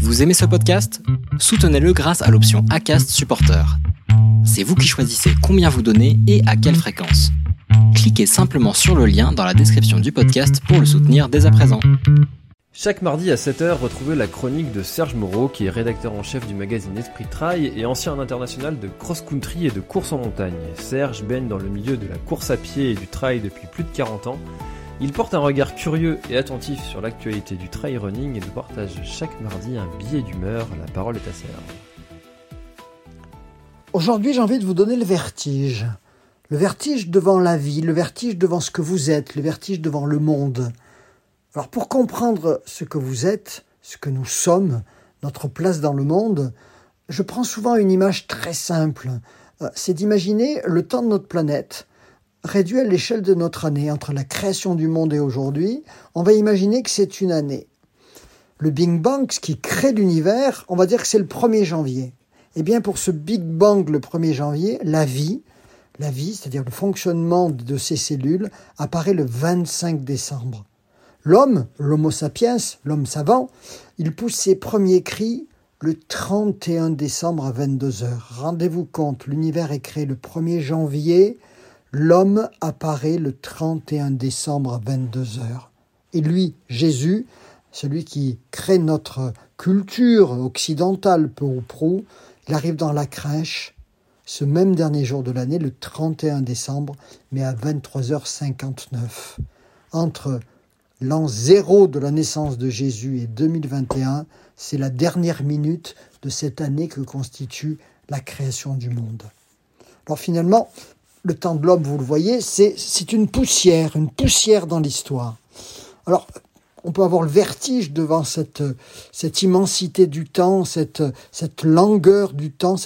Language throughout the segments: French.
Vous aimez ce podcast ? Soutenez-le grâce à l'option Acast Supporter. C'est vous qui choisissez combien vous donnez et à quelle fréquence. Cliquez simplement sur le lien dans la description du podcast pour le soutenir dès à présent. Chaque mardi à 7h, retrouvez la chronique de Serge Moreau, qui est rédacteur en chef du magazine Esprit Trail et ancien international de cross-country et de course en montagne. Serge baigne dans le milieu de la course à pied et du trail depuis plus de 40 ans. Il porte un regard curieux et attentif sur l'actualité du trail running et nous partage chaque mardi un billet d'humeur. La parole est à Serge. Aujourd'hui, j'ai envie de vous donner le vertige. Le vertige devant la vie, le vertige devant ce que vous êtes, le vertige devant le monde. Alors pour comprendre ce que vous êtes, ce que nous sommes, notre place dans le monde, je prends souvent une image très simple. C'est d'imaginer le temps de notre planète réduit à l'échelle de notre année. Entre la création du monde et aujourd'hui, on va imaginer que c'est une année. Le Big Bang, ce qui crée l'univers, on va dire que c'est le 1er janvier. Eh bien pour ce Big Bang, le 1er janvier, la vie, c'est-à-dire le fonctionnement de ces cellules, apparaît le 25 décembre. L'homme, l'homo sapiens, l'homme savant, il pousse ses premiers cris le 31 décembre à 22h. Rendez-vous compte, l'univers est créé le 1er janvier, l'homme apparaît le 31 décembre à 22h. Et lui, Jésus, celui qui crée notre culture occidentale peu ou prou, il arrive dans la crèche ce même dernier jour de l'année, le 31 décembre, mais à 23h59. Entre l'an 0 de la naissance de Jésus et 2021, c'est la dernière minute de cette année que constitue la création du monde. Alors finalement, le temps de l'homme, vous le voyez, c'est une poussière dans l'histoire. Alors, on peut avoir le vertige devant cette immensité du temps, cette longueur du temps,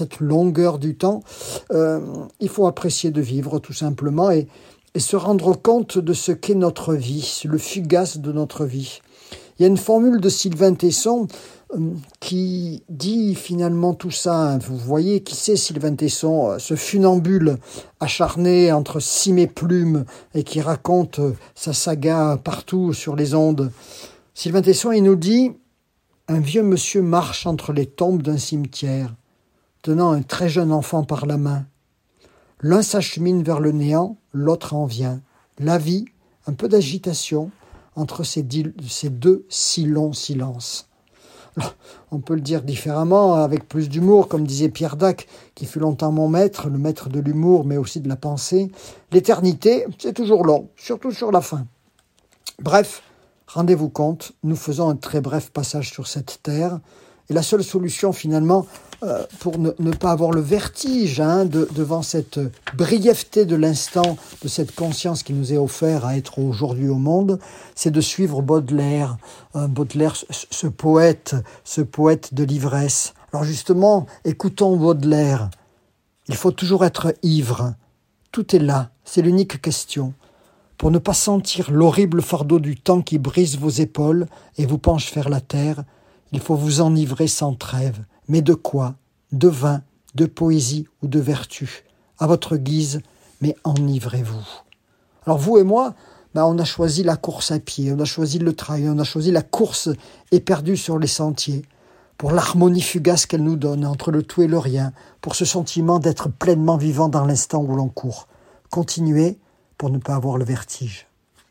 il faut apprécier de vivre tout simplement et se rendre compte de ce qu'est notre vie, le fugace de notre vie. Il y a une formule de Sylvain Tesson qui dit finalement tout ça. Vous voyez qui c'est Sylvain Tesson, ce funambule acharné entre cime et plume et qui raconte sa saga partout sur les ondes. Sylvain Tesson, il nous dit « Un vieux monsieur marche entre les tombes d'un cimetière, tenant un très jeune enfant par la main. L'un s'achemine vers le néant, l'autre en vient. La vie, un peu d'agitation entre ces deux si longs silences. » Alors, on peut le dire différemment, avec plus d'humour, comme disait Pierre Dac, qui fut longtemps mon maître, le maître de l'humour, mais aussi de la pensée. L'éternité, c'est toujours long, surtout sur la fin. Bref, rendez-vous compte, nous faisons un très bref passage sur cette terre, et la seule solution finalement, pour ne pas avoir le vertige devant cette brièveté de l'instant, de cette conscience qui nous est offerte à être aujourd'hui au monde, c'est de suivre Baudelaire. Baudelaire, ce poète de l'ivresse. Alors justement, écoutons Baudelaire. Il faut toujours être ivre. Tout est là, c'est l'unique question. Pour ne pas sentir l'horrible fardeau du temps qui brise vos épaules et vous penche vers la terre, il faut vous enivrer sans trêve. Mais de quoi ? De vin, de poésie ou de vertu ? À votre guise, mais enivrez-vous. Alors vous et moi, on a choisi la course à pied, on a choisi le trail, on a choisi la course éperdue sur les sentiers, pour l'harmonie fugace qu'elle nous donne entre le tout et le rien, pour ce sentiment d'être pleinement vivant dans l'instant où l'on court. Continuez pour ne pas avoir le vertige.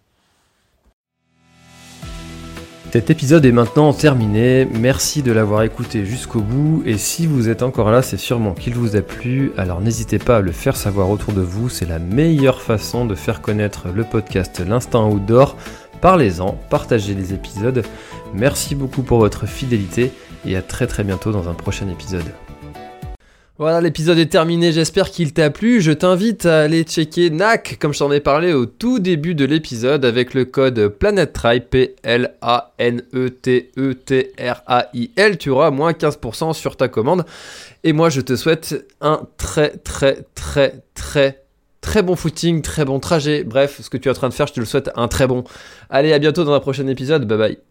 Cet épisode est maintenant terminé, merci de l'avoir écouté jusqu'au bout, et si vous êtes encore là, c'est sûrement qu'il vous a plu, alors n'hésitez pas à le faire savoir autour de vous, c'est la meilleure façon de faire connaître le podcast L'Instinct Outdoor. Parlez-en, partagez les épisodes, merci beaucoup pour votre fidélité, et à très bientôt dans un prochain épisode. Voilà, l'épisode est terminé, j'espère qu'il t'a plu. Je t'invite à aller checker NAC, comme je t'en ai parlé au tout début de l'épisode, avec le code PLANETTRAIL, PLANETETRAIL. Tu auras moins 15% sur ta commande. Et moi, je te souhaite un très bon footing, très bon trajet. Bref, ce que tu es en train de faire, je te le souhaite un très bon. Allez, à bientôt dans un prochain épisode. Bye bye.